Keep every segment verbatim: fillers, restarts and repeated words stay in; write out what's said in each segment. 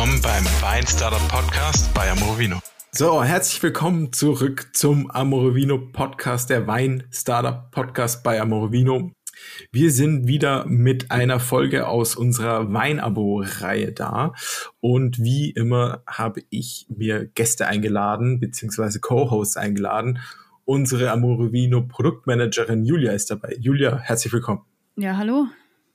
willkommen beim Wein Startup Podcast bei Amorovino. So, herzlich willkommen zurück zum Amorovino Podcast, der Wein Startup Podcast bei Amorovino. Wir sind wieder mit einer Folge aus unserer Weinabo-Reihe da und wie immer habe ich mir Gäste eingeladen, beziehungsweise Co-Hosts eingeladen. Unsere Amorovino Produktmanagerin Julia ist dabei. Julia, herzlich willkommen. Ja, hallo.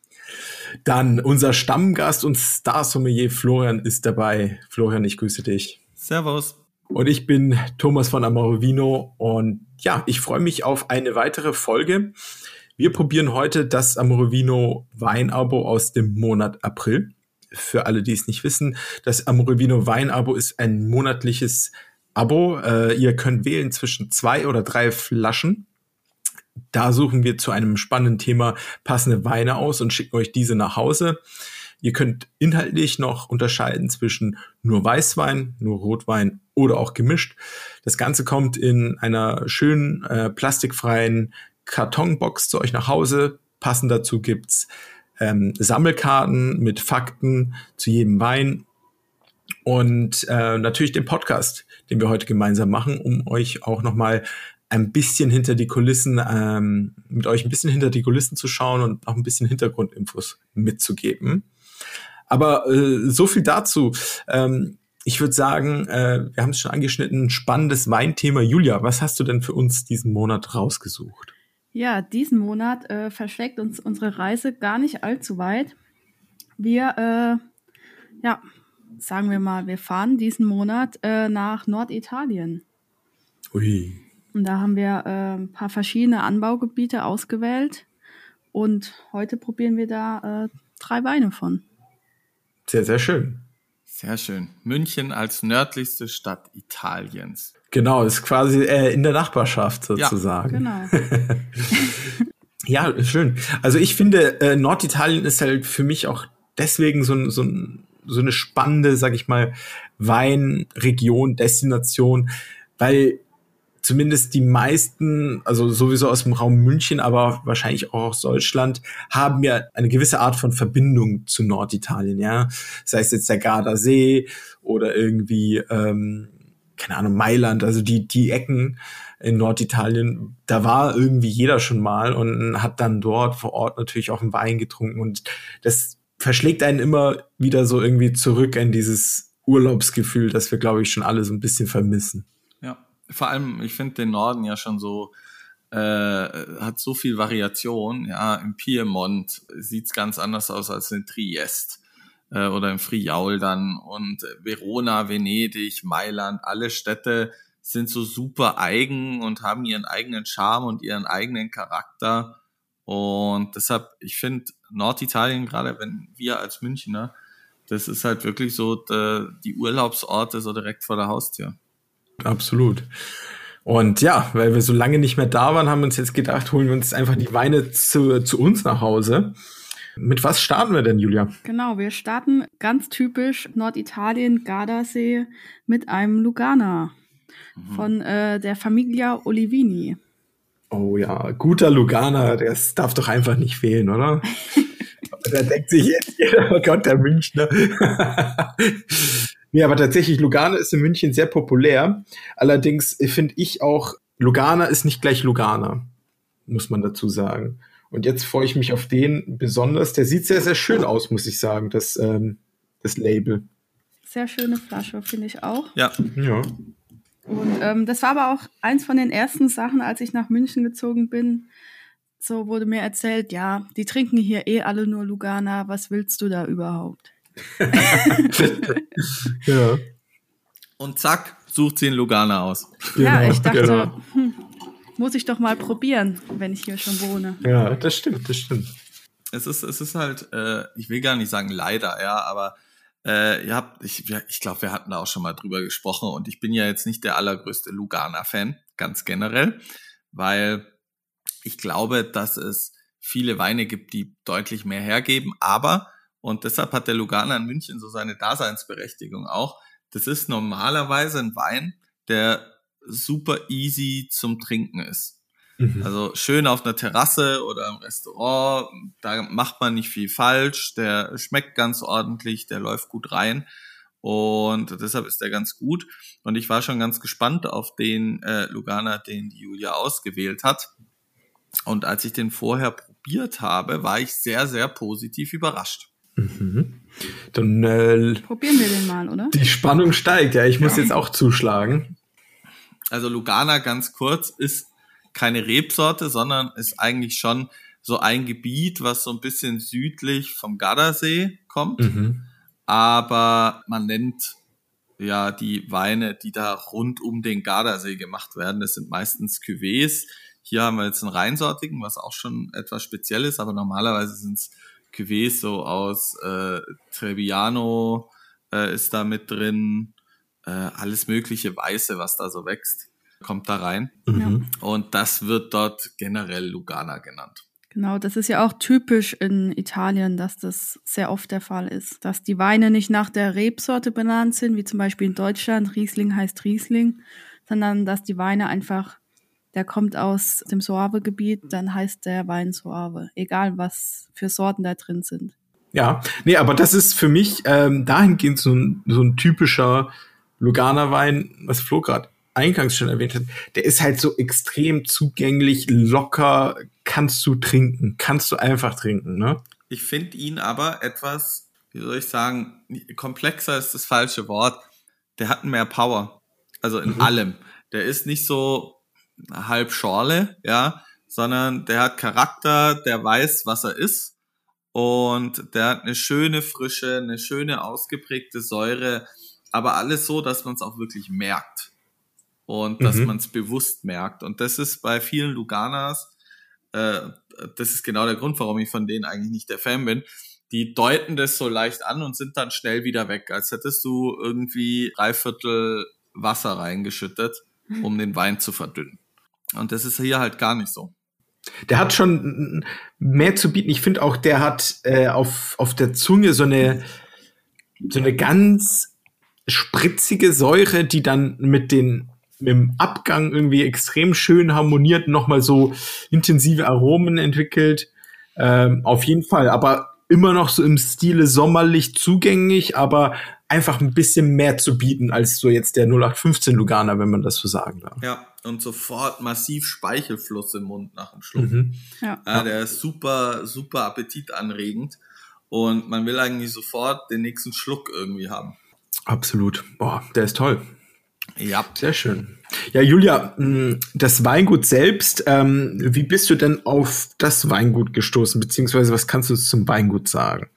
Dann unser Stammgast und Star-Sommelier Florian ist dabei. Florian, ich grüße dich. Servus. Und ich bin Thomas von Amorovino und ja, ich freue mich auf eine weitere Folge. Wir probieren heute das Amorovino Weinabo aus dem Monat April. Für alle, die es nicht wissen, das Amorovino Weinabo ist ein monatliches Abo. Äh, ihr könnt wählen zwischen zwei oder drei Flaschen. Da suchen wir zu einem spannenden Thema passende Weine aus und schicken euch diese nach Hause. Ihr könnt inhaltlich noch unterscheiden zwischen nur Weißwein, nur Rotwein oder auch gemischt. Das Ganze kommt in einer schönen, äh, plastikfreien Kartonbox zu euch nach Hause. Passend dazu gibt's ähm, Sammelkarten mit Fakten zu jedem Wein und äh, natürlich den Podcast, den wir heute gemeinsam machen, um euch auch nochmal ein bisschen hinter die Kulissen, ähm, mit euch ein bisschen hinter die Kulissen zu schauen und auch ein bisschen Hintergrundinfos mitzugeben. Aber äh, so viel dazu. Ähm, ich würde sagen, äh, wir haben es schon angeschnitten, ein spannendes Weinthema. Julia, was hast du denn für uns diesen Monat rausgesucht? Ja, diesen Monat äh, verschlägt uns unsere Reise gar nicht allzu weit. Wir, äh, ja, sagen wir mal, wir fahren diesen Monat äh, nach Norditalien. Ui. Und da haben wir äh, ein paar verschiedene Anbaugebiete ausgewählt. Und heute probieren wir da äh, drei Weine von. Sehr, sehr schön. Sehr schön. München als nördlichste Stadt Italiens. Genau, ist quasi äh, in der Nachbarschaft sozusagen. Ja, genau. Ja, schön. Also ich finde, äh, Norditalien ist halt für mich auch deswegen so, so, so eine spannende, sag ich mal, Weinregion, Destination, weil zumindest die meisten, also sowieso aus dem Raum München, aber wahrscheinlich auch aus Deutschland, haben ja eine gewisse Art von Verbindung zu Norditalien, ja. Sei es jetzt der Gardasee oder irgendwie, ähm, keine Ahnung, Mailand, also die, die Ecken in Norditalien, da war irgendwie jeder schon mal und hat dann dort vor Ort natürlich auch einen Wein getrunken und das verschlägt einen immer wieder so irgendwie zurück in dieses Urlaubsgefühl, das wir, glaube ich, schon alle so ein bisschen vermissen. Ja, vor allem, ich finde den Norden ja schon so, äh, hat so viel Variation, ja, im Piemont sieht's ganz anders aus als in Triest. Oder im Friaul dann und Verona, Venedig, Mailand, alle Städte sind so super eigen und haben ihren eigenen Charme und ihren eigenen Charakter und deshalb, ich finde Norditalien, gerade wenn wir als Münchner, das ist halt wirklich so de, die Urlaubsorte so direkt vor der Haustür. Absolut. Und ja, weil wir so lange nicht mehr da waren, haben wir uns jetzt gedacht, holen wir uns einfach die Weine zu, zu uns nach Hause. Mit was starten wir denn, Julia? Genau, wir starten ganz typisch Norditalien, Gardasee mit einem Lugana mhm. von äh, der Familia Olivini. Oh ja, guter Lugana, das darf doch einfach nicht fehlen, oder? Da denkt sich jetzt jeder, oh Gott, der Münchner. Ja, aber tatsächlich, Lugana ist in München sehr populär. Allerdings finde ich auch, Lugana ist nicht gleich Lugana, muss man dazu sagen. Und jetzt freue ich mich auf den besonders. Der sieht sehr, sehr schön aus, muss ich sagen, das, ähm, das Label. Sehr schöne Flasche, finde ich auch. Ja. Ja. Und ähm, das war aber auch eins von den ersten Sachen, als ich nach München gezogen bin. So wurde mir erzählt, ja, die trinken hier eh alle nur Lugana. Was willst du da überhaupt? Ja. Und zack, sucht sie einen Lugana aus. Ja, Genau, ich dachte, genau. hm, muss ich doch mal probieren, wenn ich hier schon wohne. Ja, das stimmt, das stimmt. Es ist, es ist halt, äh, ich will gar nicht sagen leider, ja, aber äh, ihr habt, ich, ich glaube, wir hatten da auch schon mal drüber gesprochen und ich bin ja jetzt nicht der allergrößte Lugana-Fan, ganz generell, weil ich glaube, dass es viele Weine gibt, die deutlich mehr hergeben, aber, und deshalb hat der Lugana in München so seine Daseinsberechtigung auch, das ist normalerweise ein Wein, der super easy zum Trinken ist. Mhm. Also schön auf einer Terrasse oder im Restaurant, da macht man nicht viel falsch, der schmeckt ganz ordentlich, der läuft gut rein Und deshalb ist der ganz gut. Und ich war schon ganz gespannt auf den äh, Lugana, den die Julia ausgewählt hat. Und als ich den vorher probiert habe, war ich sehr, sehr positiv überrascht. Mhm. Dann äh, probieren wir den mal, oder? Die Spannung steigt, ja. Ich muss ja. jetzt auch zuschlagen. Also Lugana, ganz kurz, ist keine Rebsorte, sondern ist eigentlich schon so ein Gebiet, was so ein bisschen südlich vom Gardasee kommt. Mhm. Aber man nennt ja die Weine, die da rund um den Gardasee gemacht werden. Das sind meistens Cuvées. Hier haben wir jetzt einen reinsortigen, was auch schon etwas speziell ist, aber normalerweise sind es Cuvées so aus äh, Trebbiano äh, ist da mit drin, äh, alles mögliche Weiße, was da so wächst, kommt da rein. Mhm. Und das wird dort generell Lugana genannt. Genau, das ist ja auch typisch in Italien, dass das sehr oft der Fall ist, dass die Weine nicht nach der Rebsorte benannt sind, wie zum Beispiel in Deutschland, Riesling heißt Riesling, sondern dass die Weine einfach, der kommt aus dem Soave-Gebiet, dann heißt der Wein Soave, egal was für Sorten da drin sind. Ja, nee, aber das ist für mich ähm, dahingehend so ein, so ein typischer Lugana-Wein, was Flo gerade eingangs schon erwähnt hat, der ist halt so extrem zugänglich, locker, kannst du trinken, kannst du einfach trinken, ne? Ich finde ihn aber etwas, wie soll ich sagen, komplexer ist das falsche Wort, der hat mehr Power, also in mhm. allem. Der ist nicht so halb Schorle, ja, sondern der hat Charakter, der weiß, was er ist und der hat eine schöne Frische, eine schöne ausgeprägte Säure, aber alles so, dass man es auch wirklich merkt. Und dass mhm. man es bewusst merkt. Und das ist bei vielen Luganas, äh, das ist genau der Grund, warum ich von denen eigentlich nicht der Fan bin. Die deuten das so leicht an und sind dann schnell wieder weg, als hättest du irgendwie drei Viertel Wasser reingeschüttet, um den Wein zu verdünnen. Und das ist hier halt gar nicht so. Der hat schon mehr zu bieten. Ich finde auch, der hat äh, auf, auf der Zunge so eine, so eine ganz spritzige Säure, die dann mit den mit dem Abgang irgendwie extrem schön harmoniert, nochmal so intensive Aromen entwickelt. Ähm, auf jeden Fall, aber immer noch so im Stile sommerlich zugänglich, aber einfach ein bisschen mehr zu bieten als so jetzt der null acht fünfzehn Lugana, wenn man das so sagen darf. Ja, und sofort massiv Speichelfluss im Mund nach dem Schluck. Mhm. Ja. Ja, der ist super, super appetitanregend und man will eigentlich sofort den nächsten Schluck irgendwie haben. Absolut. Boah, der ist toll. Ja. Sehr schön. Ja, Julia, das Weingut selbst, ähm, wie bist du denn auf das Weingut gestoßen, beziehungsweise was kannst du zum Weingut sagen?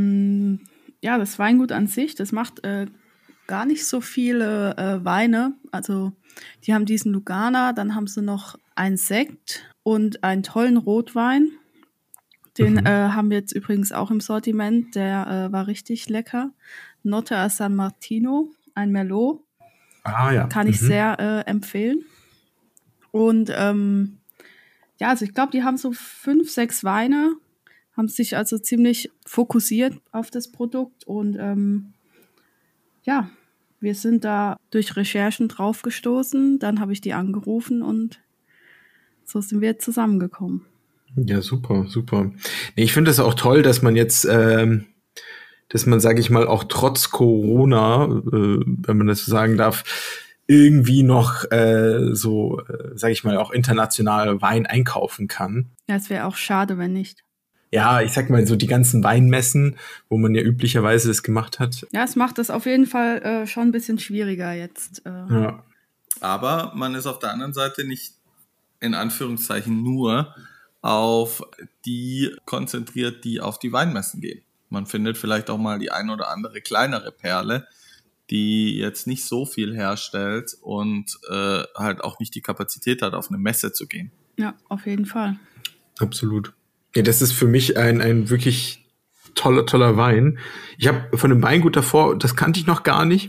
Ja, das Weingut an sich, das macht äh, gar nicht so viele äh, Weine. Also die haben diesen Lugana, dann haben sie noch einen Sekt und einen tollen Rotwein. Den mhm. äh, haben wir jetzt übrigens auch im Sortiment, der äh, war richtig lecker. Notte a San Martino, ein Merlot. Ah, ja. Kann ich mhm. sehr äh, empfehlen. Und ähm, ja, also ich glaube, die haben so fünf, sechs Weine, haben sich also ziemlich fokussiert auf das Produkt. Und ähm, ja, wir sind da durch Recherchen draufgestoßen. Dann habe ich die angerufen und so sind wir zusammengekommen. Ja, super, super. Nee, ich finde es auch toll, dass man jetzt ähm dass man, sage ich mal, auch trotz Corona, äh, wenn man das so sagen darf, irgendwie noch äh, so, äh, sage ich mal, auch international Wein einkaufen kann. Ja, es wäre auch schade, wenn nicht. Ja, ich sag mal, so die ganzen Weinmessen, wo man ja üblicherweise das gemacht hat. Ja, es macht das auf jeden Fall äh, schon ein bisschen schwieriger jetzt. Äh. Ja. Aber man ist auf der anderen Seite nicht, in Anführungszeichen, nur auf die konzentriert, die auf die Weinmessen gehen. Man findet vielleicht auch mal die ein oder andere kleinere Perle, die jetzt nicht so viel herstellt und äh, halt auch nicht die Kapazität hat, auf eine Messe zu gehen. Ja, auf jeden Fall. Absolut. Ja, das ist für mich ein, ein wirklich toller, toller Wein. Ich habe von dem Weingut davor, das kannte ich noch gar nicht.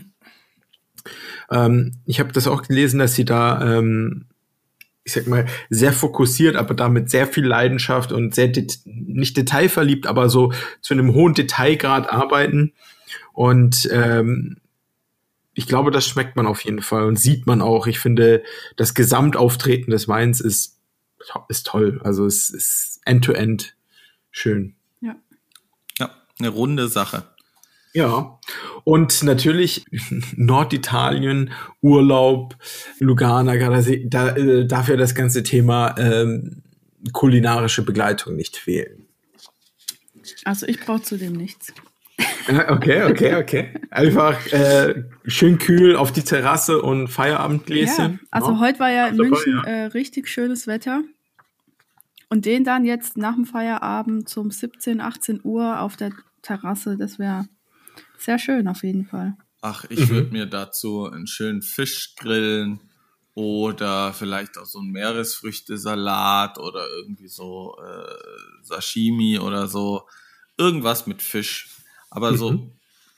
Ähm, ich habe das auch gelesen, dass sie da ähm, ich sag mal, sehr fokussiert, aber damit sehr viel Leidenschaft und sehr det- nicht detailverliebt, aber so zu einem hohen Detailgrad arbeiten. Und ähm, ich glaube, das schmeckt man auf jeden Fall und sieht man auch. Ich finde, das Gesamtauftreten des Weins ist, ist toll. Also es ist end-to-end schön. Ja. Ja, eine runde Sache. Ja. Und natürlich Norditalien, Urlaub, Lugana, Gardasee, da äh, darf ja das ganze Thema ähm, kulinarische Begleitung nicht fehlen. Also ich brauche zudem nichts. Okay, okay, okay. Einfach äh, schön kühl auf die Terrasse und Feierabendgläschen. Ja, also ja. heute war ja in Dabei, München ja. äh, richtig schönes Wetter. Und den dann jetzt nach dem Feierabend um siebzehn, achtzehn Uhr auf der Terrasse, das wäre sehr schön auf jeden Fall. Ach, ich Mhm. würde mir dazu einen schönen Fisch grillen oder vielleicht auch so einen Meeresfrüchtesalat oder irgendwie so äh, Sashimi oder so. Irgendwas mit Fisch. Aber Mhm. so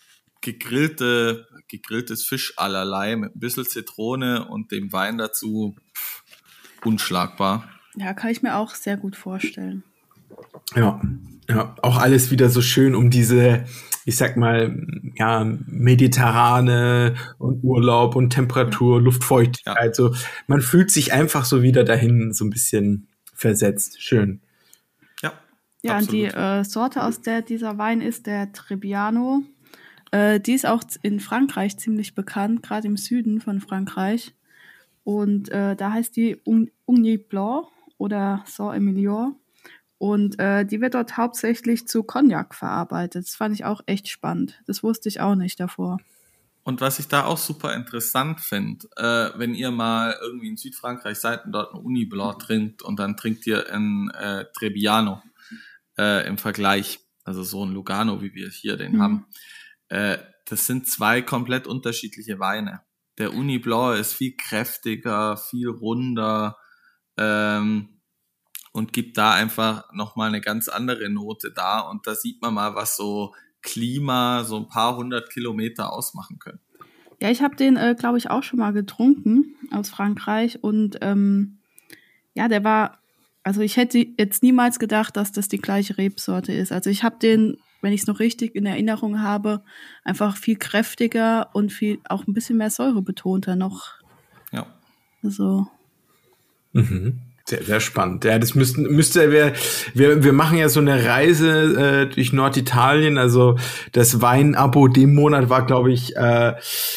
gegrillte, gegrilltes Fisch allerlei mit ein bisschen Zitrone und dem Wein dazu, pff, unschlagbar. Ja, kann ich mir auch sehr gut vorstellen. Ja, ja, auch alles wieder so schön um diese, ich sag mal, ja, mediterrane und Urlaub und Temperatur, Luftfeuchtigkeit. So, man fühlt sich einfach so wieder dahin so ein bisschen versetzt. Schön. Ja, Ja, und die äh, Sorte, aus der dieser Wein ist, der Trebbiano, äh, die ist auch in Frankreich ziemlich bekannt, gerade im Süden von Frankreich. Und äh, da heißt die Ugni Blanc oder Saint-Emilion. Und äh, die wird dort hauptsächlich zu Cognac verarbeitet. Das fand ich auch echt spannend. Das wusste ich auch nicht davor. Und was ich da auch super interessant finde, äh, wenn ihr mal irgendwie in Südfrankreich seid und dort einen Ugni Blanc trinkt und dann trinkt ihr einen äh, Trebbiano äh, im Vergleich, also so ein Lugano, wie wir hier den Mhm. haben. Äh, das sind zwei komplett unterschiedliche Weine. Der Ugni Blanc ist viel kräftiger, viel runder, ähm, und gibt da einfach nochmal eine ganz andere Note da. Und da sieht man mal, was so Klima so ein paar hundert Kilometer ausmachen können. Ja, ich habe den, äh, glaube ich, auch schon mal getrunken aus Frankreich. Und ähm, ja, der war, also ich hätte jetzt niemals gedacht, dass das die gleiche Rebsorte ist. Also ich habe den, wenn ich es noch richtig in Erinnerung habe, einfach viel kräftiger und viel auch ein bisschen mehr säurebetonter noch. Ja. Also Mhm. Sehr, sehr spannend. Ja, das müssten, müsste, wir, wir, wir machen ja so eine Reise äh, durch Norditalien. Also das Weinabo dem Monat war, glaube ich, äh,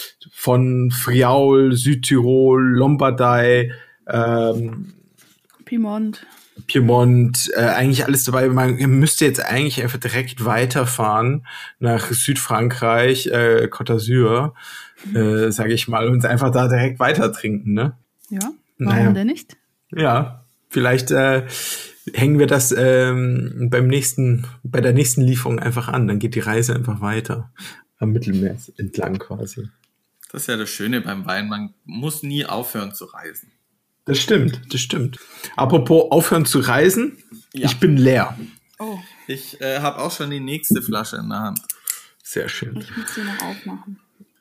von Friaul, Südtirol, Lombardei, ähm, Piemont. Piemont, äh, eigentlich alles dabei. Man müsste jetzt eigentlich einfach direkt weiterfahren nach Südfrankreich, äh, Côte d'Azur, äh, sage ich mal, und einfach da direkt weiter trinken, ne? Ja, warum Naja. denn nicht? Ja, vielleicht äh, hängen wir das ähm, beim nächsten, bei der nächsten Lieferung einfach an. Dann geht die Reise einfach weiter am Mittelmeer entlang quasi. Das ist ja das Schöne beim Wein. Man muss nie aufhören zu reisen. Das stimmt, das stimmt. Apropos aufhören zu reisen, Ja. ich bin leer. Oh, Ich äh, habe auch schon die nächste Flasche in der Hand. Sehr schön. ich muss sie noch aufmachen.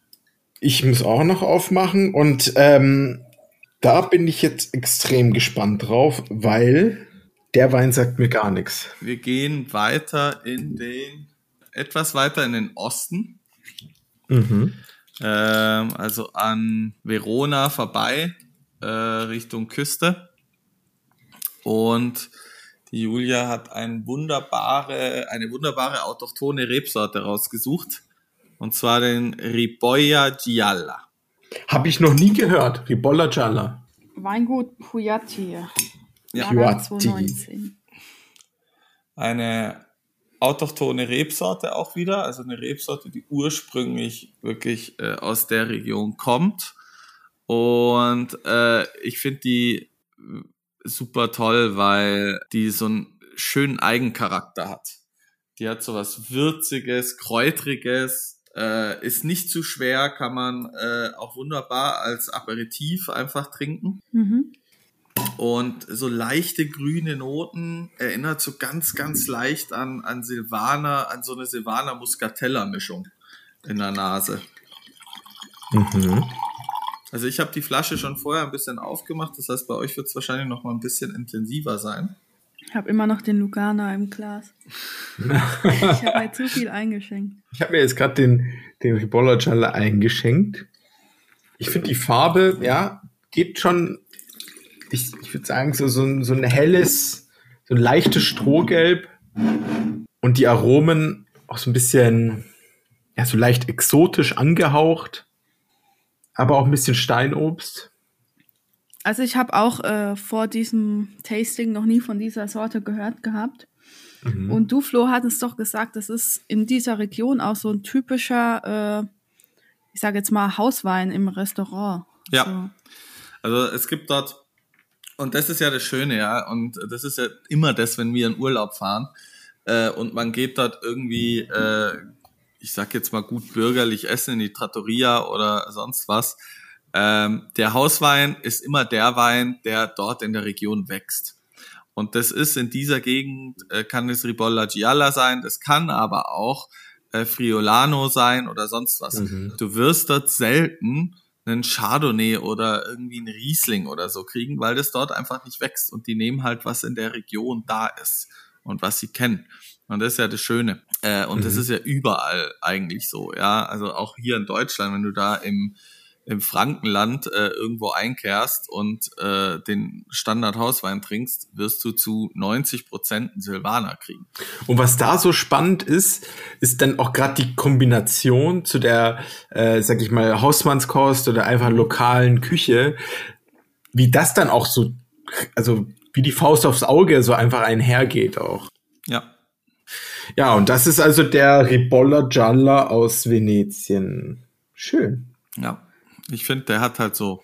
Ich muss auch noch aufmachen und ähm, da bin ich jetzt extrem gespannt drauf, weil der Wein sagt mir gar nichts. Wir gehen weiter in den, etwas weiter in den Osten. Mhm. Ähm, also an Verona vorbei, äh, Richtung Küste. Und die Julia hat ein wunderbare, eine wunderbare autochthone Rebsorte rausgesucht. Und zwar den Ribolla Gialla. Habe ich noch nie gehört. Ribolla Gialla. Weingut Pujatti. Ja. Jahrgang Pujatti. zwanzig neunzehn. Eine autochthone Rebsorte auch wieder, also eine Rebsorte, die ursprünglich wirklich äh, aus der Region kommt. Und äh, ich finde die super toll, weil die so einen schönen Eigencharakter hat. Die hat so was Würziges, Kräutriges, äh, ist nicht zu schwer, kann man äh, auch wunderbar als Aperitif einfach trinken. Mhm. Und so leichte grüne Noten erinnert so ganz, ganz leicht an, an Silvaner, an so eine Silvaner-Muscatella-Mischung in der Nase. Mhm. Also ich habe die Flasche schon vorher ein bisschen aufgemacht, das heißt, bei euch wird es wahrscheinlich noch mal ein bisschen intensiver sein. Ich habe immer noch den Lugana im Glas. Ich habe halt zu viel eingeschenkt. Ich habe mir jetzt gerade den, den Ribolla Gialla eingeschenkt. Ich finde die Farbe, ja, geht schon, ich, ich würde sagen, so, so, ein, so ein helles, so ein leichtes Strohgelb und die Aromen auch so ein bisschen, ja, so leicht exotisch angehaucht, aber auch ein bisschen Steinobst. Also ich habe auch äh, vor diesem Tasting noch nie von dieser Sorte gehört gehabt. Mhm. Und du, Flo, hattest doch gesagt, das ist in dieser Region auch so ein typischer, äh, ich sage jetzt mal, Hauswein im Restaurant. Ja, so. Also es gibt dort, und das ist ja das Schöne, ja, und das ist ja immer das, wenn wir in Urlaub fahren äh, und man geht dort irgendwie, äh, ich sag jetzt mal gut bürgerlich essen in die Trattoria oder sonst was. Ähm, der Hauswein ist immer der Wein, der dort in der Region wächst. Und das ist in dieser Gegend, äh, kann es Ribolla Gialla sein, das kann aber auch äh, Friulano sein oder sonst was. Mhm. Du wirst dort selten einen Chardonnay oder irgendwie einen Riesling oder so kriegen, weil das dort einfach nicht wächst. Und die nehmen halt, was in der Region da ist und was sie kennen. Und das ist ja das Schöne. Äh, und mhm. das ist ja überall eigentlich so, ja. Also auch hier in Deutschland, wenn du da im im Frankenland äh, irgendwo einkehrst und äh, den Standard-Hauswein trinkst, wirst du zu neunzig Prozent einen Silvaner kriegen. Und was da so spannend ist, ist dann auch gerade die Kombination zu der, äh, sag ich mal, Hausmannskost oder einfach lokalen Küche, wie das dann auch so, also wie die Faust aufs Auge so einfach einhergeht auch. Ja. Ja, und das ist also der Ribolla Gialla aus Venetien. Schön. Ja. Ich finde, der hat halt so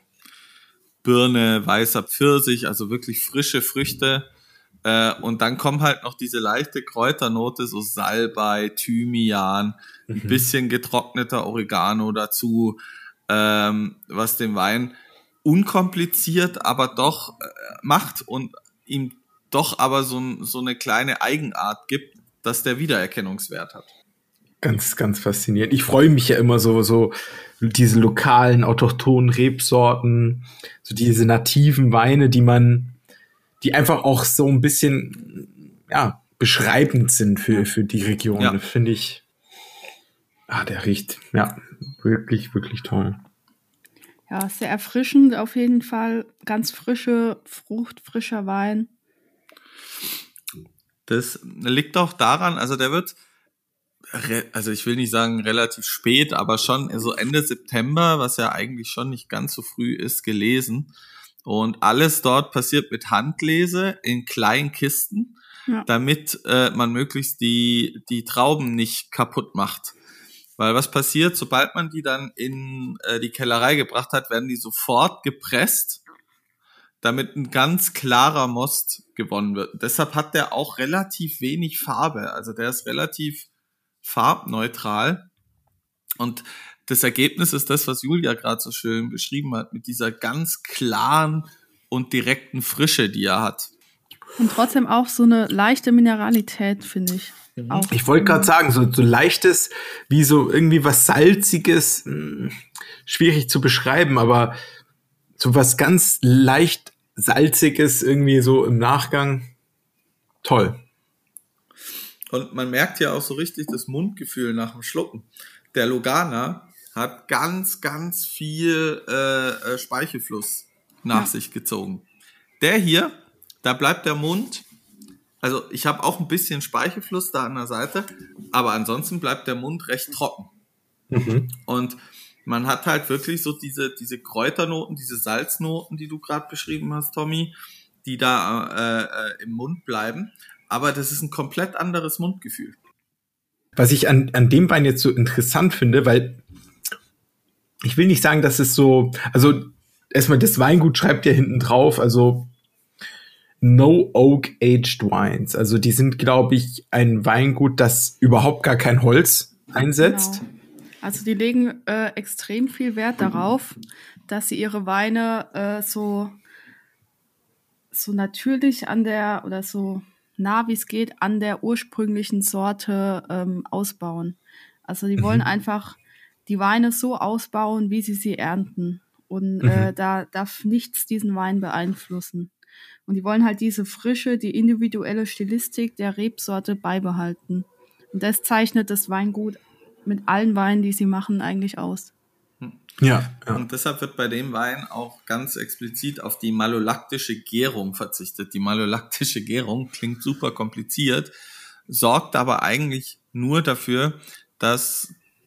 Birne, weißer Pfirsich, also wirklich frische Früchte. Äh, und dann kommt halt noch diese leichte Kräuternote, so Salbei, Thymian, mhm. ein bisschen getrockneter Oregano dazu, ähm, was den Wein unkompliziert, aber doch äh, macht und ihm doch aber so, so eine kleine Eigenart gibt, dass der Wiedererkennungswert hat. Ganz, ganz faszinierend. Ich freue mich ja immer so, so diese lokalen, autochthonen Rebsorten, so diese nativen Weine, die man, die einfach auch so ein bisschen, ja, beschreibend sind für, für die Region. Ja. Finde ich, ah, der riecht, ja, wirklich, wirklich toll. Ja, sehr erfrischend auf jeden Fall. Ganz frische Frucht, frischer Wein. Das liegt auch daran, also der wird, also ich will nicht sagen relativ spät, aber schon so Ende September, was ja eigentlich schon nicht ganz so früh ist, gelesen. Und alles dort passiert mit Handlese in kleinen Kisten, ja. damit äh, man möglichst die, die Trauben nicht kaputt macht. Weil was passiert, sobald man die dann in äh, die Kellerei gebracht hat, werden die sofort gepresst, damit ein ganz klarer Most gewonnen wird. Deshalb hat der auch relativ wenig Farbe. Also der ist relativ farbneutral. Und das Ergebnis ist das, was Julia gerade so schön beschrieben hat, mit dieser ganz klaren und direkten Frische, die er hat. Und trotzdem auch so eine leichte Mineralität, finde ich. Mhm. Auch ich wollte gerade sagen, so, so leichtes, wie so irgendwie was Salziges, mh, schwierig zu beschreiben, aber so was ganz leicht Salziges irgendwie so im Nachgang. Toll. Und man merkt ja auch so richtig das Mundgefühl nach dem Schlucken. Der Lugana hat ganz, ganz viel äh, Speichelfluss nach ja. sich gezogen. Der hier, da bleibt der Mund, also ich habe auch ein bisschen Speichelfluss da an der Seite, aber ansonsten bleibt der Mund recht trocken. Mhm. Und man hat halt wirklich so diese, diese Kräuternoten, diese Salznoten, die du gerade beschrieben hast, Tommy, die da äh, im Mund bleiben. Aber das ist ein komplett anderes Mundgefühl. Was ich an, an dem Wein jetzt so interessant finde, weil ich will nicht sagen, dass es so, also erstmal das Weingut schreibt ja hinten drauf, also No Oak Aged Wines. Also die sind, glaube ich, ein Weingut, das überhaupt gar kein Holz einsetzt. Genau. Also die legen äh, extrem viel Wert darauf, dass sie ihre Weine äh, so, so natürlich an der, oder so nah wie es geht, an der ursprünglichen Sorte ähm, ausbauen. Also die wollen mhm. einfach die Weine so ausbauen, wie sie sie ernten. Und mhm. äh, da darf nichts diesen Wein beeinflussen. Und die wollen halt diese Frische, die individuelle Stilistik der Rebsorte beibehalten. Und das zeichnet das Weingut mit allen Weinen, die sie machen, eigentlich aus. Ja, ja. Und deshalb wird bei dem Wein auch ganz explizit auf die malolaktische Gärung verzichtet. Die malolaktische Gärung klingt super kompliziert, sorgt aber eigentlich nur dafür, dass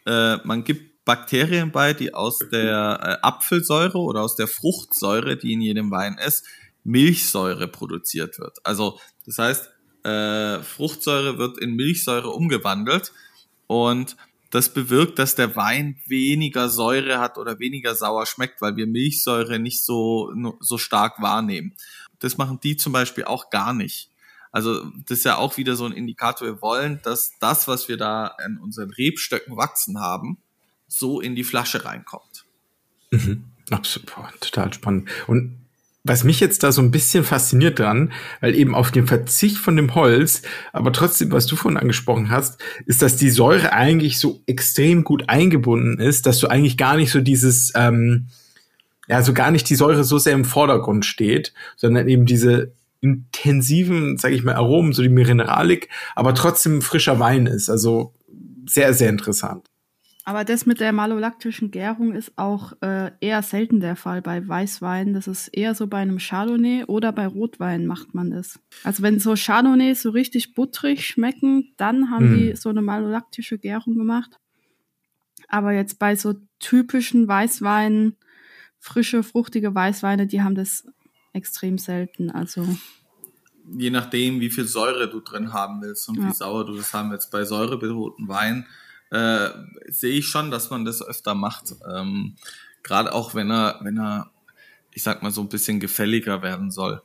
äh, man gibt Bakterien bei, die aus der äh, Apfelsäure oder aus der Fruchtsäure, die in jedem Wein ist, Milchsäure produziert wird. Also das heißt, äh, Fruchtsäure wird in Milchsäure umgewandelt und das bewirkt, dass der Wein weniger Säure hat oder weniger sauer schmeckt, weil wir Milchsäure nicht so, so stark wahrnehmen. Das machen die zum Beispiel auch gar nicht. Also das ist ja auch wieder so ein Indikator. Wir wollen, dass das, was wir da in unseren Rebstöcken wachsen haben, so in die Flasche reinkommt. Mhm. Absolut, boah, total spannend. Und was mich jetzt da so ein bisschen fasziniert dran, weil eben auf den Verzicht von dem Holz, aber trotzdem, was du vorhin angesprochen hast, ist, dass die Säure eigentlich so extrem gut eingebunden ist, dass du eigentlich gar nicht so dieses, ähm, ja, so gar nicht die Säure so sehr im Vordergrund steht, sondern eben diese intensiven, sage ich mal, Aromen, so die Mineralik, aber trotzdem frischer Wein ist. Also sehr, sehr interessant. Aber das mit der malolaktischen Gärung ist auch äh, eher selten der Fall bei Weißwein. Das ist eher so bei einem Chardonnay oder bei Rotwein macht man das. Also wenn so Chardonnays so richtig butterig schmecken, dann haben hm. die so eine malolaktische Gärung gemacht. Aber jetzt bei so typischen Weißweinen, frische, fruchtige Weißweine, die haben das extrem selten. Also je nachdem, wie viel Säure du drin haben willst und ja. wie sauer du das haben willst. Bei säurebetonten Wein Äh, sehe ich schon, dass man das öfter macht. Ähm, gerade auch, wenn er, wenn er, ich sag mal, so ein bisschen gefälliger werden soll.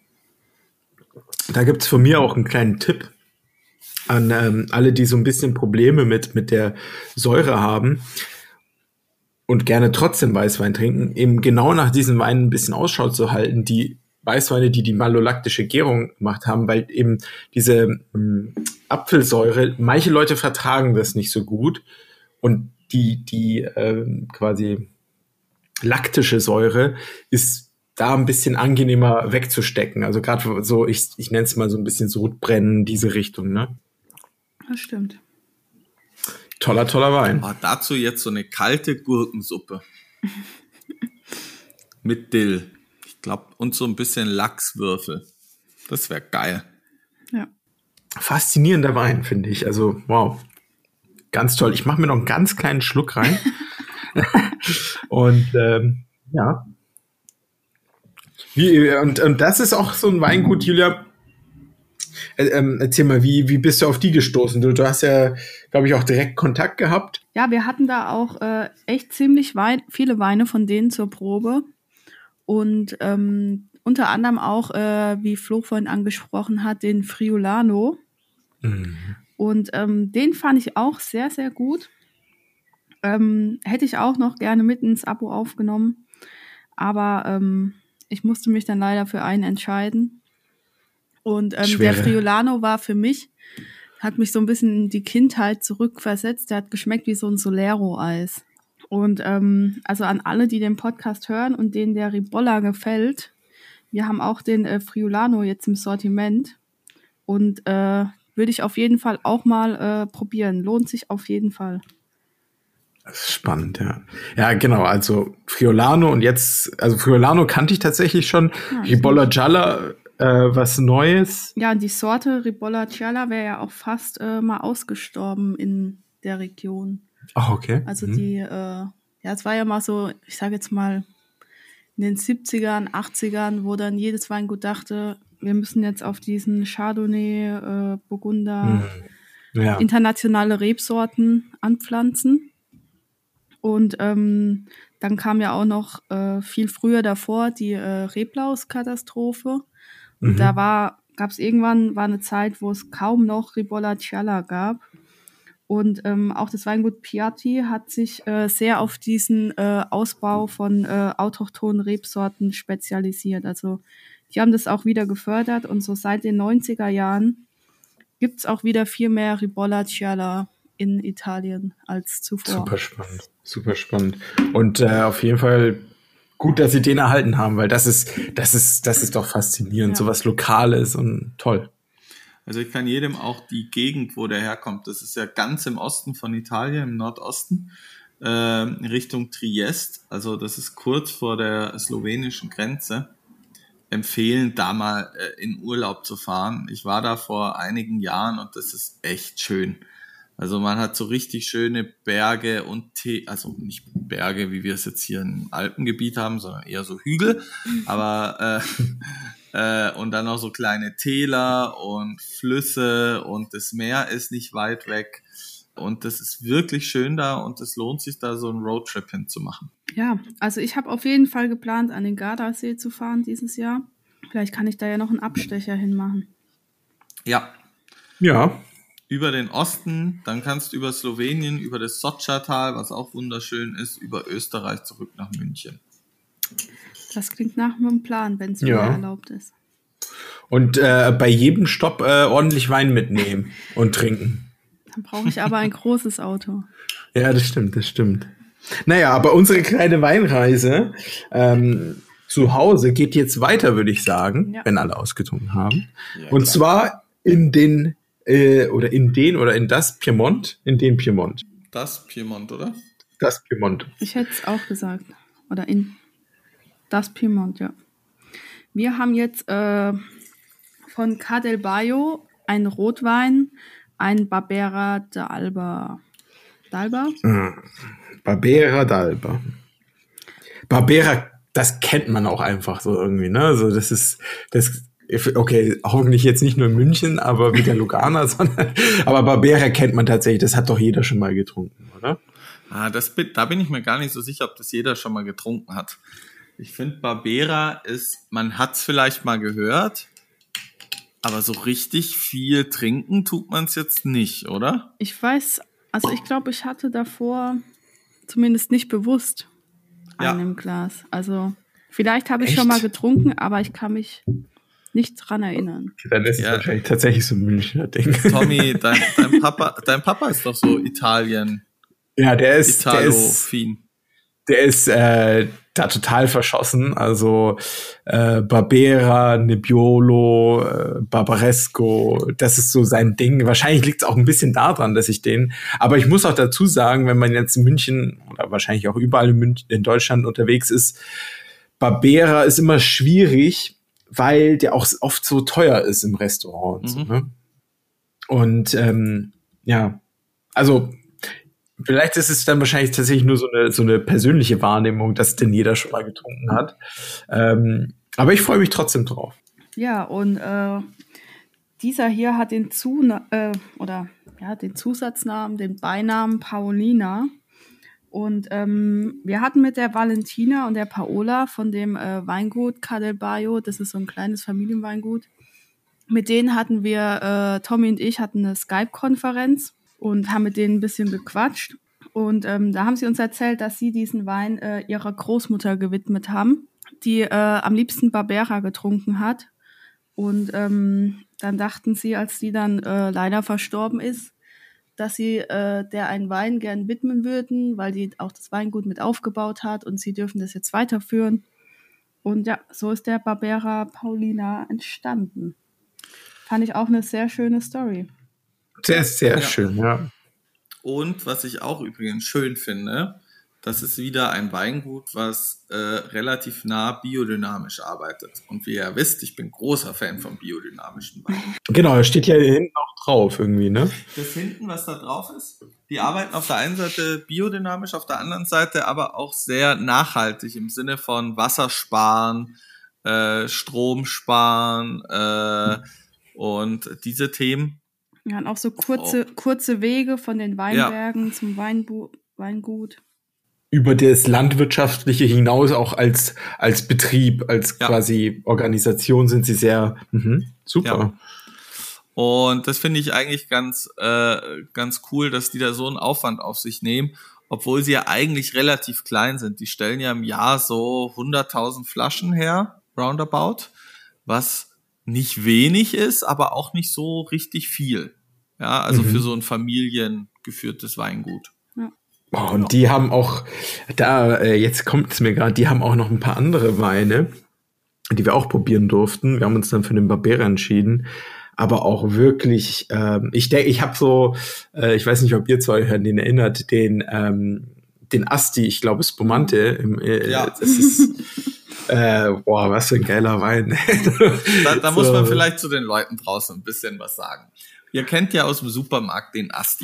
Da gibt's von mir auch einen kleinen Tipp an ähm, alle, die so ein bisschen Probleme mit, mit der Säure haben und gerne trotzdem Weißwein trinken, eben genau nach diesen Weinen ein bisschen Ausschau zu halten, die Weißweine, die die malolaktische Gärung gemacht haben, weil eben diese mh, Apfelsäure, manche Leute vertragen das nicht so gut und die die äh, quasi laktische Säure ist da ein bisschen angenehmer wegzustecken. Also gerade so, ich ich nenne es mal so ein bisschen Sodbrennen, diese Richtung, ne? Das stimmt. Toller, toller Wein. Oh, dazu jetzt so eine kalte Gurkensuppe mit Dill. Ich glaube, und so ein bisschen Lachswürfel. Das wäre geil. Ja. Faszinierender Wein, finde ich. Also, wow. Ganz toll. Ich mache mir noch einen ganz kleinen Schluck rein. und ähm, ja. Wie, und, und das ist auch so ein Weingut, Julia. Äh, ähm, erzähl mal, wie, wie bist du auf die gestoßen? Du, du hast ja, glaube ich, auch direkt Kontakt gehabt. Ja, wir hatten da auch äh, echt ziemlich Wein, viele Weine von denen zur Probe. Und ähm, unter anderem auch, äh, wie Flo vorhin angesprochen hat, den Friulano. Mhm. Und ähm, den fand ich auch sehr, sehr gut. Ähm, hätte ich auch noch gerne mit ins Abo aufgenommen. Aber ähm, ich musste mich dann leider für einen entscheiden. Und ähm, der Friulano war für mich, hat mich so ein bisschen in die Kindheit zurückversetzt. Der hat geschmeckt wie so ein Solero-Eis. Und ähm, also an alle, die den Podcast hören und denen der Ribolla gefällt, wir haben auch den äh, Friulano jetzt im Sortiment und äh, würde ich auf jeden Fall auch mal äh, probieren. Lohnt sich auf jeden Fall. Das ist spannend, ja. Ja, genau, also Friulano und jetzt, also Friulano kannte ich tatsächlich schon, ja, Ribolla Gialla, äh, was Neues. Ja, die Sorte Ribolla Gialla wäre ja auch fast äh, mal ausgestorben in der Region. Ach, okay. Also mhm. die, äh, ja, es war ja mal so, ich sage jetzt mal, in den siebzigern, achtzigern, wo dann jedes Weingut dachte, wir müssen jetzt auf diesen Chardonnay, äh, Burgunder, mhm. ja. internationale Rebsorten anpflanzen. Und ähm, dann kam ja auch noch äh, viel früher davor die äh, Reblaus-Katastrophe. Und mhm. da war, gab es irgendwann, war eine Zeit, wo es kaum noch Ribolla Gialla gab. Und ähm, auch das Weingut Piatti hat sich äh, sehr auf diesen äh, Ausbau von äh, autochthonen Rebsorten spezialisiert. Also die haben das auch wieder gefördert und so seit den neunziger Jahren gibt's auch wieder viel mehr Ribolla Gialla in Italien als zuvor. Super spannend, super spannend. Und äh, auf jeden Fall gut, dass sie den erhalten haben, weil das ist, das ist, das ist doch faszinierend, ja. So was Lokales und toll. Also ich kann jedem auch die Gegend, wo der herkommt, das ist ja ganz im Osten von Italien, im Nordosten, äh, Richtung Triest, also das ist kurz vor der slowenischen Grenze, empfehlen, da mal äh, in Urlaub zu fahren. Ich war da vor einigen Jahren und das ist echt schön. Also man hat so richtig schöne Berge und T- also nicht Berge, wie wir es jetzt hier im Alpengebiet haben, sondern eher so Hügel. Aber äh, äh, und dann noch so kleine Täler und Flüsse und das Meer ist nicht weit weg. Und das ist wirklich schön da und es lohnt sich da so einen Roadtrip hinzumachen. Ja, also ich habe auf jeden Fall geplant, an den Gardasee zu fahren dieses Jahr. Vielleicht kann ich da ja noch einen Abstecher hinmachen. Ja. Ja. Über den Osten, dann kannst du über Slowenien, über das Sotschertal, was auch wunderschön ist, über Österreich zurück nach München. Das klingt nach einem Plan, wenn es Ja. wieder erlaubt ist. Und äh, bei jedem Stopp äh, ordentlich Wein mitnehmen und trinken. Dann brauche ich aber ein großes Auto. Ja, das stimmt, das stimmt. Naja, aber unsere kleine Weinreise ähm, zu Hause geht jetzt weiter, würde ich sagen, Ja. wenn alle ausgetrunken haben. Ja, Und klar. zwar in den, äh, oder in den, oder in das Piemont, in den Piemont. Das Piemont, oder? Das Piemont. Ich hätte es auch gesagt. Oder in das Piemont, ja. Wir haben jetzt äh, von Ca del Baio einen Rotwein, ein Barbera d'Alba. D'Alba? Barbera d'Alba. Barbera, das kennt man auch einfach so irgendwie, ne? Also das ist, das, okay, hoffentlich jetzt nicht nur in München, aber wie der Lugana, sondern, aber Barbera kennt man tatsächlich, das hat doch jeder schon mal getrunken, oder? Ah, das, bin- da bin ich mir gar nicht so sicher, ob das jeder schon mal getrunken hat. Ich finde, Barbera ist, man hat es vielleicht mal gehört, aber so richtig viel trinken tut man es jetzt nicht, oder? Ich weiß, also ich glaube, ich hatte davor zumindest nicht bewusst Ja. einen im Glas. Also vielleicht habe ich Echt? schon mal getrunken, aber ich kann mich nicht dran erinnern. Dann ist es Ja. wahrscheinlich tatsächlich so ein Münchner Ding. Tommy, dein, dein Papa, dein Papa ist doch so Italien, Ja, der ist, der ist, Italo-fin. der ist äh, da total verschossen. Also äh, Barbera, Nebbiolo, äh, Barbaresco, das ist so sein Ding. Wahrscheinlich liegt es auch ein bisschen daran, dass ich den. Aber ich muss auch dazu sagen, wenn man jetzt in München oder wahrscheinlich auch überall in, München, in Deutschland unterwegs ist, Barbera ist immer schwierig, weil der auch oft so teuer ist im Restaurant. Und, so, Mhm. ne? Und ähm, ja, also vielleicht ist es dann wahrscheinlich tatsächlich nur so eine, so eine persönliche Wahrnehmung, dass denn jeder schon mal getrunken hat. Ähm, aber ich freue mich trotzdem drauf. Ja, und äh, dieser hier hat den Zuna äh, oder ja, den Zusatznamen, den Beinamen Paolina. Und ähm, wir hatten mit der Valentina und der Paola von dem äh, Weingut Ca del Baio, das ist so ein kleines Familienweingut, mit denen hatten wir, äh, Tommy und ich hatten eine Skype-Konferenz und haben mit denen ein bisschen gequatscht. Und ähm, da haben sie uns erzählt, dass sie diesen Wein äh, ihrer Großmutter gewidmet haben, die äh, am liebsten Barbera getrunken hat. Und ähm, dann dachten sie, als die dann äh, leider verstorben ist, dass sie äh, der einen Wein gern widmen würden, weil die auch das Weingut mit aufgebaut hat und sie dürfen das jetzt weiterführen. Und ja, so ist der Barbera Paolina entstanden. Fand ich auch eine sehr schöne Story. Sehr, sehr Ja. schön, ja. Und was ich auch übrigens schön finde, das ist wieder ein Weingut, was äh, relativ nah biodynamisch arbeitet. Und wie ihr wisst, ich bin großer Fan von biodynamischen Wein. Genau, da steht ja hier hinten auch drauf irgendwie, ne? Das hinten, was da drauf ist, die arbeiten auf der einen Seite biodynamisch, auf der anderen Seite aber auch sehr nachhaltig im Sinne von Wasser sparen, äh, Strom sparen äh, und diese Themen. Wir hatten auch so kurze, oh. kurze Wege von den Weinbergen ja. zum Weinbu- Weingut. Über das Landwirtschaftliche hinaus auch als, als Betrieb, als ja. quasi Organisation sind sie sehr mh, super. Ja. Und das finde ich eigentlich ganz, äh, ganz cool, dass die da so einen Aufwand auf sich nehmen, obwohl sie ja eigentlich relativ klein sind. Die stellen ja im Jahr so hunderttausend Flaschen her, roundabout, was nicht wenig ist, aber auch nicht so richtig viel. Ja, also mhm. für so ein familiengeführtes Weingut. Ja. Oh, und die haben auch, da, äh, jetzt kommt es mir gerade, die haben auch noch ein paar andere Weine, die wir auch probieren durften. Wir haben uns dann für den Barbera entschieden. Aber auch wirklich, ähm, ich denke, ich habe so, äh, ich weiß nicht, ob ihr zwei an den erinnert, den, ähm, den Asti, ich glaube Spumante. Im, äh, ja. Das ist, äh, boah, was für ein geiler Wein. Da, da so. muss man vielleicht zu den Leuten draußen ein bisschen was sagen. Ihr kennt ja aus dem Supermarkt den Asti.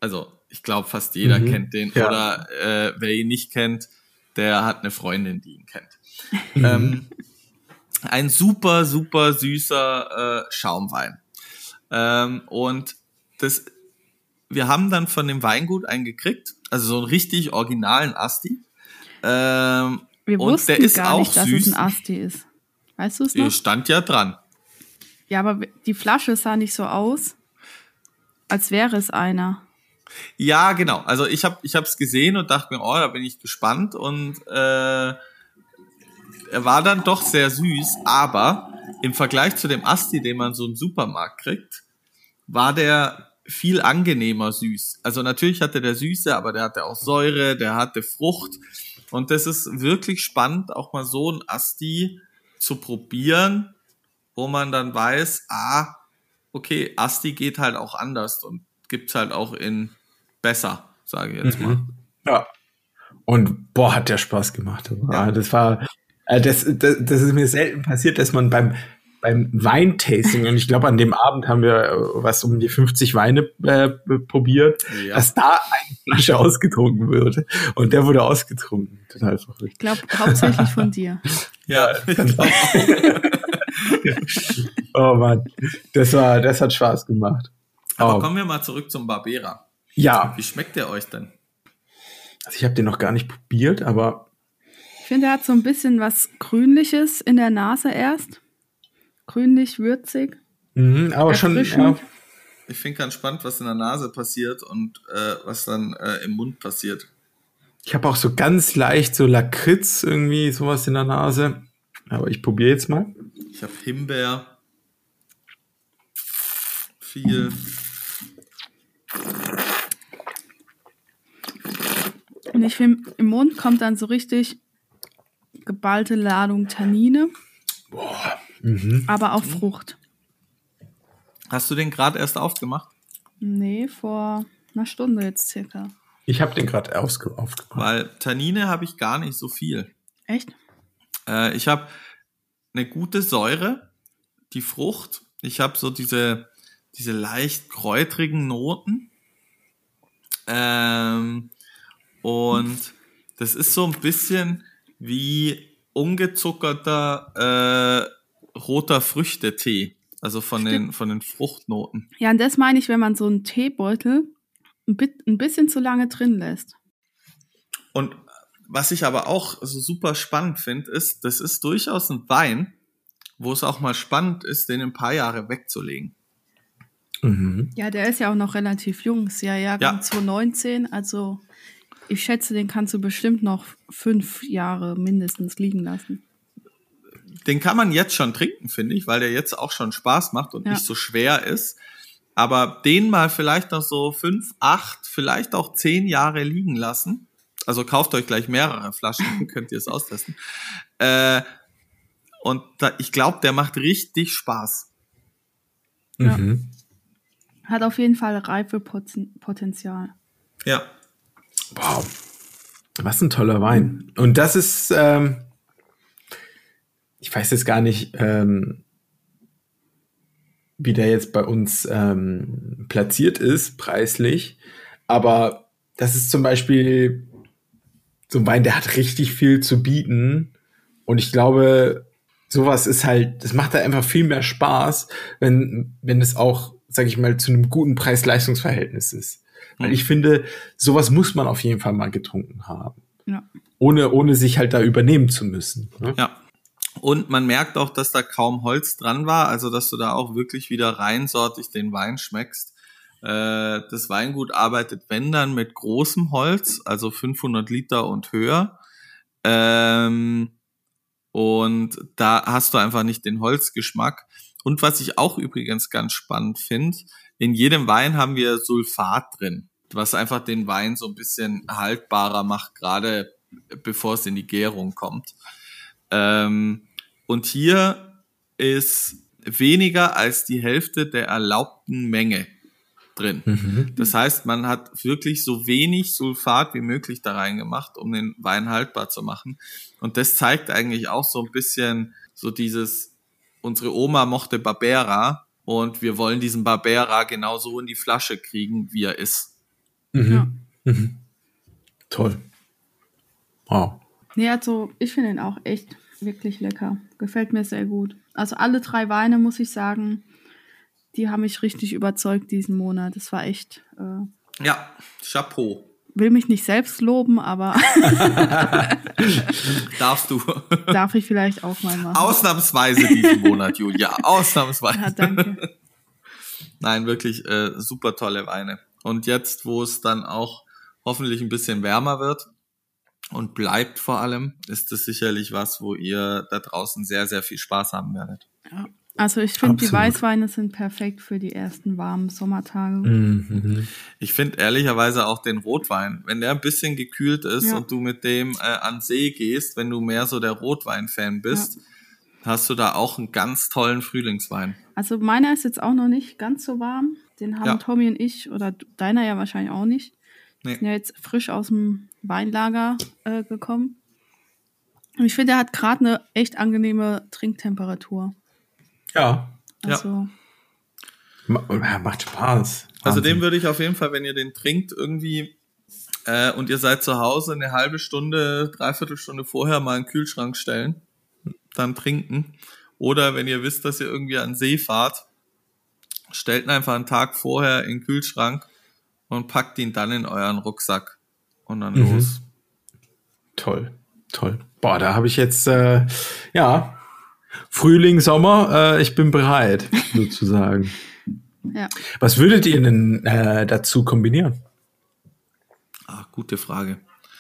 Also ich glaube, fast jeder Mhm. kennt den. Ja. Oder äh, wer ihn nicht kennt, der hat eine Freundin, die ihn kennt. Mhm. Ähm, ein super, super süßer äh, Schaumwein. Ähm, und das, wir haben dann von dem Weingut einen gekriegt, also so einen richtig originalen Asti. Ähm, Wir und wussten der ist gar auch nicht, dass süß. es ein Asti ist. Weißt du es Ihr noch? stand ja dran. Ja, aber die Flasche sah nicht so aus, als wäre es einer. Ja, genau. Also ich habe ich hab's gesehen und dachte mir, oh, da bin ich gespannt. Und äh, er war dann doch sehr süß, aber im Vergleich zu dem Asti, den man so im Supermarkt kriegt, war der viel angenehmer süß. Also natürlich hatte der Süße, aber der hatte auch Säure, der hatte Frucht. Und das ist wirklich spannend, auch mal so ein Asti zu probieren, wo man dann weiß, ah, okay, Asti geht halt auch anders und gibt's halt auch in besser, sage ich jetzt mal. Mhm. Ja. Und boah, hat der Spaß gemacht. Ja. Das war, äh, das, das, das ist mir selten passiert, dass man beim, beim Weintasting, und ich glaube, an dem Abend haben wir äh, was um die fünfzig Weine äh, probiert, Ja. dass da eine Flasche ausgetrunken wird. Und der wurde ausgetrunken. Total verrückt. Ich glaube, hauptsächlich von dir. Ja, ich glaub auch. Oh Mann, das war, das hat Spaß gemacht. Aber Oh. kommen wir mal zurück zum Barbera. Ja, Wie schmeckt der euch denn? also ich habe den noch gar nicht probiert, aber Ich finde, er hat so ein bisschen was Grünliches in der Nase erst. Grünlich, würzig. mhm, aber schon, ja, Erfrischend. Ich finde ganz spannend, was in der Nase passiert und äh, was dann äh, im Mund passiert. ich habe auch so ganz leicht so Lakritz irgendwie, sowas in der Nase. Aber ich probiere jetzt mal. Ich habe Himbeer. Viel. Und ich finde, im Mund kommt dann so richtig geballte Ladung Tannine, Mhm. aber auch Frucht. Hast du den gerade erst aufgemacht? Nee, vor einer Stunde jetzt circa. Ich habe den gerade aufgemacht. Weil Tannine habe ich gar nicht so viel. Echt? Äh, ich habe eine gute Säure, die Frucht. Ich habe so diese, diese leicht kräutrigen Noten. Ähm, und das ist so ein bisschen wie ungezuckerter äh, roter Früchtetee. Also von den, von den Fruchtnoten. Ja, und das meine ich, wenn man so einen Teebeutel ein, bit, ein bisschen zu lange drin lässt. Und was ich aber auch so super spannend finde, ist, das ist durchaus ein Wein, wo es auch mal spannend ist, den ein paar Jahre wegzulegen. Mhm. Ja, der ist ja auch noch relativ jung. Ist ja Jahrgang Ja. zwanzig neunzehn. Also ich schätze, den kannst du bestimmt noch fünf Jahre mindestens liegen lassen. Den kann man jetzt schon trinken, finde ich, weil der jetzt auch schon Spaß macht und Ja. nicht so schwer ist. Aber den mal vielleicht noch so fünf, acht, vielleicht auch zehn Jahre liegen lassen. Also kauft euch gleich mehrere Flaschen, dann könnt ihr es austesten. Äh, und da, ich glaube, der macht richtig Spaß. Ja. Mhm. Hat auf jeden Fall Reifepotenzial. Ja. Wow. Was ein toller Wein. Und das ist, ähm, ich weiß jetzt gar nicht, ähm, wie der jetzt bei uns ähm, platziert ist, preislich. Aber das ist zum Beispiel so ein Wein, der hat richtig viel zu bieten. Und ich glaube, sowas ist halt, das macht halt einfach viel mehr Spaß, wenn, wenn es auch, sag ich mal, zu einem guten Preis-Leistungs-Verhältnis ist. Weil Mhm. ich finde, sowas muss man auf jeden Fall mal getrunken haben. Ja. Ohne, ohne sich halt da übernehmen zu müssen. Ne? Ja. Und man merkt auch, dass da kaum Holz dran war, also dass du da auch wirklich wieder reinsortig den Wein schmeckst. Äh, das Weingut arbeitet, wenn dann, mit großem Holz, also fünfhundert Liter und höher. Ähm, und da hast du einfach nicht den Holzgeschmack. Und was ich auch übrigens ganz spannend finde, in jedem Wein haben wir Sulfat drin, was einfach den Wein so ein bisschen haltbarer macht, gerade bevor es in die Gärung kommt. Ähm, und hier ist weniger als die Hälfte der erlaubten Menge drin. Mhm. Das heißt, man hat wirklich so wenig Sulfat wie möglich da reingemacht, um den Wein haltbar zu machen. Und das zeigt eigentlich auch so ein bisschen so dieses, unsere Oma mochte Barbera und wir wollen diesen Barbera genauso in die Flasche kriegen, wie er ist. Mhm. Ja. Mhm. Toll. Wow. Nee, also ich finde ihn auch echt wirklich lecker. Gefällt mir sehr gut. Also alle drei Weine, muss ich sagen, die haben mich richtig überzeugt diesen Monat. Das war echt... Äh, Ja, Chapeau. Will mich nicht selbst loben, aber Darfst du. darf ich vielleicht auch mal machen. Ausnahmsweise diesen Monat, Julia. Ausnahmsweise. Ja, danke. Nein, wirklich äh, super tolle Weine. Und jetzt, wo es dann auch hoffentlich ein bisschen wärmer wird und bleibt vor allem, ist es sicherlich was, wo ihr da draußen sehr, sehr viel Spaß haben werdet. Ja. Also ich finde, die Absolut. Weißweine sind perfekt für die ersten warmen Sommertage. Mhm. Ich finde ehrlicherweise auch den Rotwein, wenn der ein bisschen gekühlt ist Ja. und du mit dem äh, an See gehst, wenn du mehr so der Rotwein-Fan bist, Ja. hast du da auch einen ganz tollen Frühlingswein. Also meiner ist jetzt auch noch nicht ganz so warm. Den haben Ja. Tommy und ich, oder deiner ja wahrscheinlich auch nicht. Nee. Sind ja jetzt frisch aus dem Weinlager äh, gekommen. Und ich finde, er hat gerade eine echt angenehme Trinktemperatur. Ja. Also, Ma- ja, macht Spaß. Also Wahnsinn. den würde ich auf jeden Fall, wenn ihr den trinkt, irgendwie äh, und ihr seid zu Hause, eine halbe Stunde, dreiviertel Stunde vorher mal in den Kühlschrank stellen, dann trinken. Oder wenn ihr wisst, dass ihr irgendwie an den See fahrt, stellt ihn einfach einen Tag vorher in den Kühlschrank und packt ihn dann in euren Rucksack und dann Mhm. los. Toll, toll. Boah, da habe ich jetzt, äh, ja, Frühling, Sommer, äh, ich bin bereit, sozusagen. ja. Was würdet ihr denn äh, dazu kombinieren? Ah, gute Frage.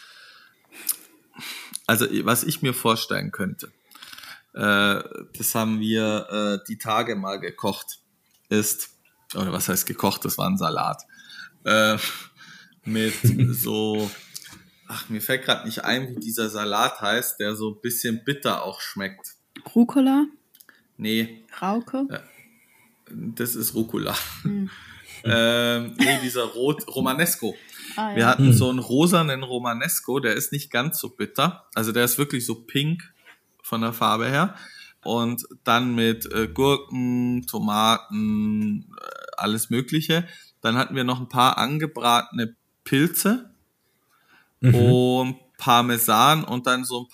Also, was ich mir vorstellen könnte, äh, das haben wir äh, die Tage mal gekocht, ist, oder was heißt gekocht, das war ein Salat, äh, mit so, ach, mir fällt gerade nicht ein, wie dieser Salat heißt, der so ein bisschen bitter auch schmeckt. Rucola, Nee, Rauke. das ist Rucola. Hm. ähm, nee, dieser Rot, Romanesco. Ah, ja. Wir hatten Hm. so einen rosanen Romanesco, der ist nicht ganz so bitter. Also der ist wirklich so pink von der Farbe her. Und dann mit äh, Gurken, Tomaten, äh, alles Mögliche. Dann hatten wir noch ein paar angebratene Pilze Mhm. und Parmesan und dann so ein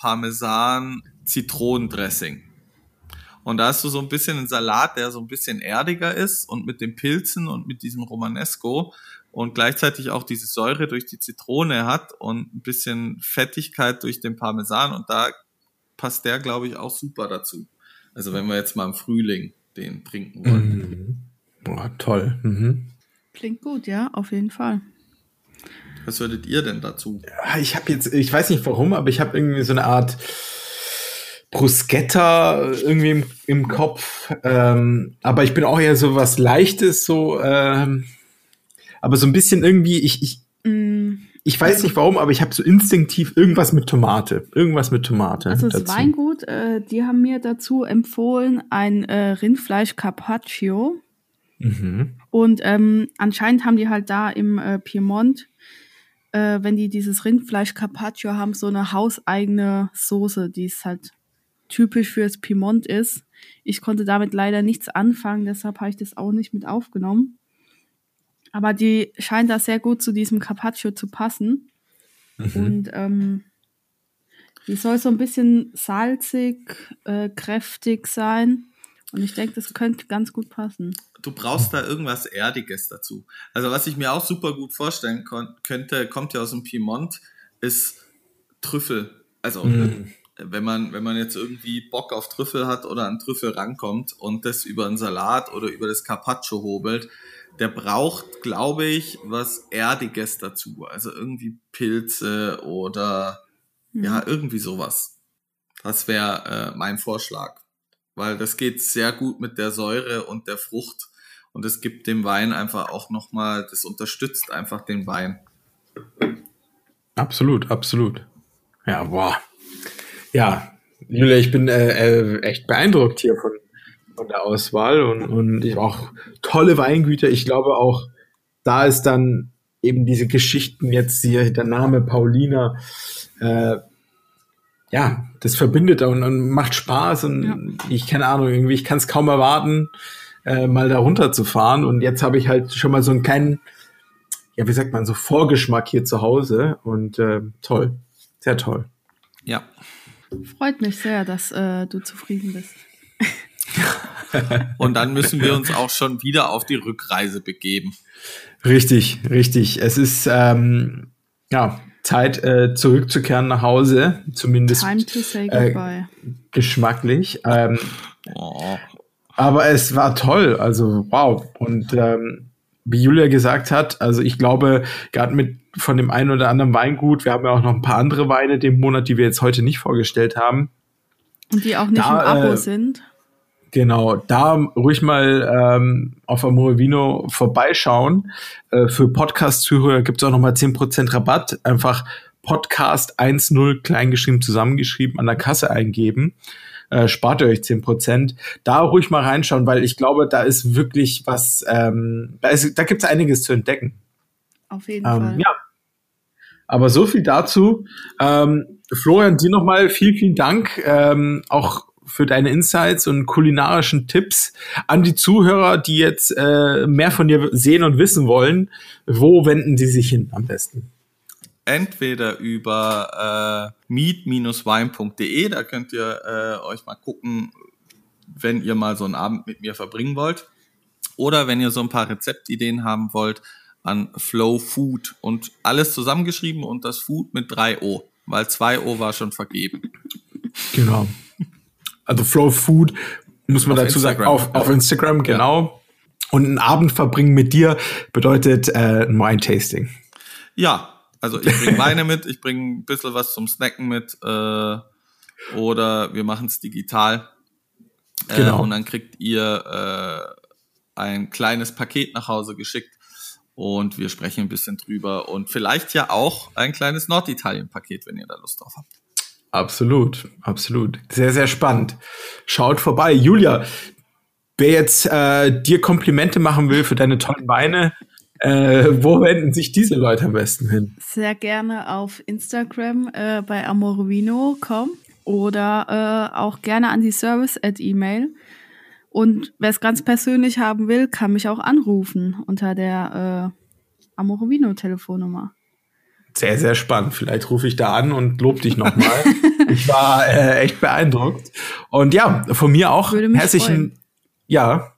Parmesan-Zitronendressing. Und da hast du so ein bisschen einen Salat, der so ein bisschen erdiger ist und mit den Pilzen und mit diesem Romanesco und gleichzeitig auch diese Säure durch die Zitrone hat und ein bisschen Fettigkeit durch den Parmesan und da passt der, glaube ich, auch super dazu. Also wenn wir jetzt mal im Frühling den trinken wollen. Mhm. Boah, toll. Mhm. Klingt gut, ja, auf jeden Fall. Was würdet ihr denn dazu? Ja, Ich habe jetzt, ich weiß nicht warum, aber ich habe irgendwie so eine Art Bruschetta irgendwie im, im Kopf. Ähm, aber ich bin auch eher so was Leichtes, so, ähm, aber so ein bisschen irgendwie, ich, ich, Mm, ich weiß nicht warum, aber ich habe so instinktiv irgendwas mit Tomate. Irgendwas mit Tomate. Also das dazu. Weingut, äh, die haben mir dazu empfohlen, ein äh, Rindfleisch Carpaccio. Mhm. Und ähm, anscheinend haben die halt da im äh, Piemont, äh, wenn die dieses Rindfleisch Carpaccio haben, so eine hauseigene Soße, die ist halt typisch fürs Piemont ist. Ich konnte damit leider nichts anfangen, deshalb habe ich das auch nicht mit aufgenommen. Aber die scheint da sehr gut zu diesem Carpaccio zu passen. Mhm. Und ähm, die soll so ein bisschen salzig, äh, kräftig sein. Und ich denke, das könnte ganz gut passen. Du brauchst da irgendwas Erdiges dazu. Also was ich mir auch super gut vorstellen kon- könnte, kommt ja aus dem Piemont, ist Trüffel. Also Mhm. wenn man wenn man jetzt irgendwie Bock auf Trüffel hat oder an Trüffel rankommt und das über einen Salat oder über das Carpaccio hobelt, der braucht, glaube ich, was Erdiges dazu. Also irgendwie Pilze oder Mhm. ja, irgendwie sowas. Das wäre äh, mein Vorschlag. Weil das geht sehr gut mit der Säure und der Frucht. Und es gibt dem Wein einfach auch nochmal, das unterstützt einfach den Wein. Absolut, absolut. Ja, boah. Ja, Julia, ich bin äh, äh, echt beeindruckt hier von, von der Auswahl und, und ich auch tolle Weingüter. Ich glaube auch, da ist dann eben diese Geschichten jetzt hier, der Name Paulina, äh, ja, das verbindet und, und macht Spaß und Ja. ich, keine Ahnung, irgendwie, ich kann es kaum erwarten, äh, mal da runterzufahren und jetzt habe ich halt schon mal so einen kleinen, ja, wie sagt man, so Vorgeschmack hier zu Hause und äh, toll, sehr toll. Ja. Freut mich sehr, dass äh, du zufrieden bist. Und dann müssen wir uns auch schon wieder auf die Rückreise begeben. Richtig, richtig. Es ist ähm, ja Zeit, äh, zurückzukehren nach Hause, zumindest Time to say goodbye. Äh, geschmacklich. Ähm, Oh. Aber es war toll, also wow. Und ähm, wie Julia gesagt hat, also ich glaube, gerade mit von dem einen oder anderen Weingut, wir haben ja auch noch ein paar andere Weine den Monat, die wir jetzt heute nicht vorgestellt haben. Und die auch nicht da, im Abo äh, sind. Genau, da ruhig mal ähm, auf Amorovino vorbeischauen. Äh, für Podcast-Zuhörer gibt es auch nochmal zehn Prozent Rabatt. Einfach Podcast zehn kleingeschrieben zusammengeschrieben an der Kasse eingeben. Äh, spart ihr euch zehn Prozent. Da ruhig mal reinschauen, weil ich glaube, da ist wirklich was, ähm, da, ist, da gibt es einiges zu entdecken. Auf jeden Ähm, Fall. ja. Aber so viel dazu. Ähm, Florian, dir nochmal vielen, vielen Dank, ähm, auch für deine Insights und kulinarischen Tipps an die Zuhörer, die jetzt äh, mehr von dir sehen und wissen wollen. Wo wenden die sich hin am besten? Entweder über äh, meet Bindestrich wein Punkt de, da könnt ihr äh, euch mal gucken, wenn ihr mal so einen Abend mit mir verbringen wollt. Oder wenn ihr so ein paar Rezeptideen haben wollt, an Flow Food und alles zusammengeschrieben und das Food mit drei O, weil zwei O war schon vergeben. Genau. Also Flow Food, muss man Auf dazu sagen, Instagram. auf, auf Instagram, genau. Ja. Und einen Abend verbringen mit dir bedeutet äh, ein Wine-Tasting. Ja, also ich bringe Weine mit, ich bringe ein bisschen was zum Snacken mit äh, oder wir machen es digital. Äh, genau. Und dann kriegt ihr äh, ein kleines Paket nach Hause geschickt und wir sprechen ein bisschen drüber und vielleicht ja auch ein kleines Norditalien-Paket, wenn ihr da Lust drauf habt. Absolut, absolut. Sehr, sehr spannend. Schaut vorbei. Julia, wer jetzt äh, dir Komplimente machen will für deine tollen Weine, äh, wo wenden sich diese Leute am besten hin? Sehr gerne auf Instagram äh, bei amorovino punkt com oder äh, auch gerne an die Service-at-E-Mail. Und wer es ganz persönlich haben will, kann mich auch anrufen unter der äh, Amorovino-Telefonnummer. Sehr, sehr spannend. Vielleicht rufe ich da an und lobe dich nochmal. Ich war äh, echt beeindruckt. Und ja, von mir auch herzlichen, freuen. ja,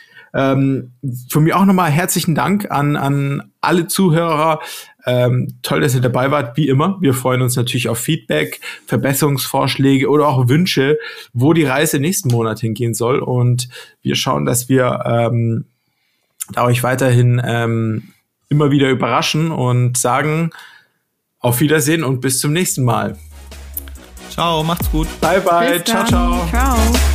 ähm, von mir auch nochmal herzlichen Dank an, an alle Zuhörer. Ähm, toll, dass ihr dabei wart, wie immer. Wir freuen uns natürlich auf Feedback, Verbesserungsvorschläge oder auch Wünsche, wo die Reise nächsten Monat hingehen soll. Und wir schauen, dass wir ähm, da euch weiterhin ähm, immer wieder überraschen und sagen, auf Wiedersehen und bis zum nächsten Mal. Ciao, macht's gut. Bye, bye. Bis Ciao, dann. ciao. Ciao.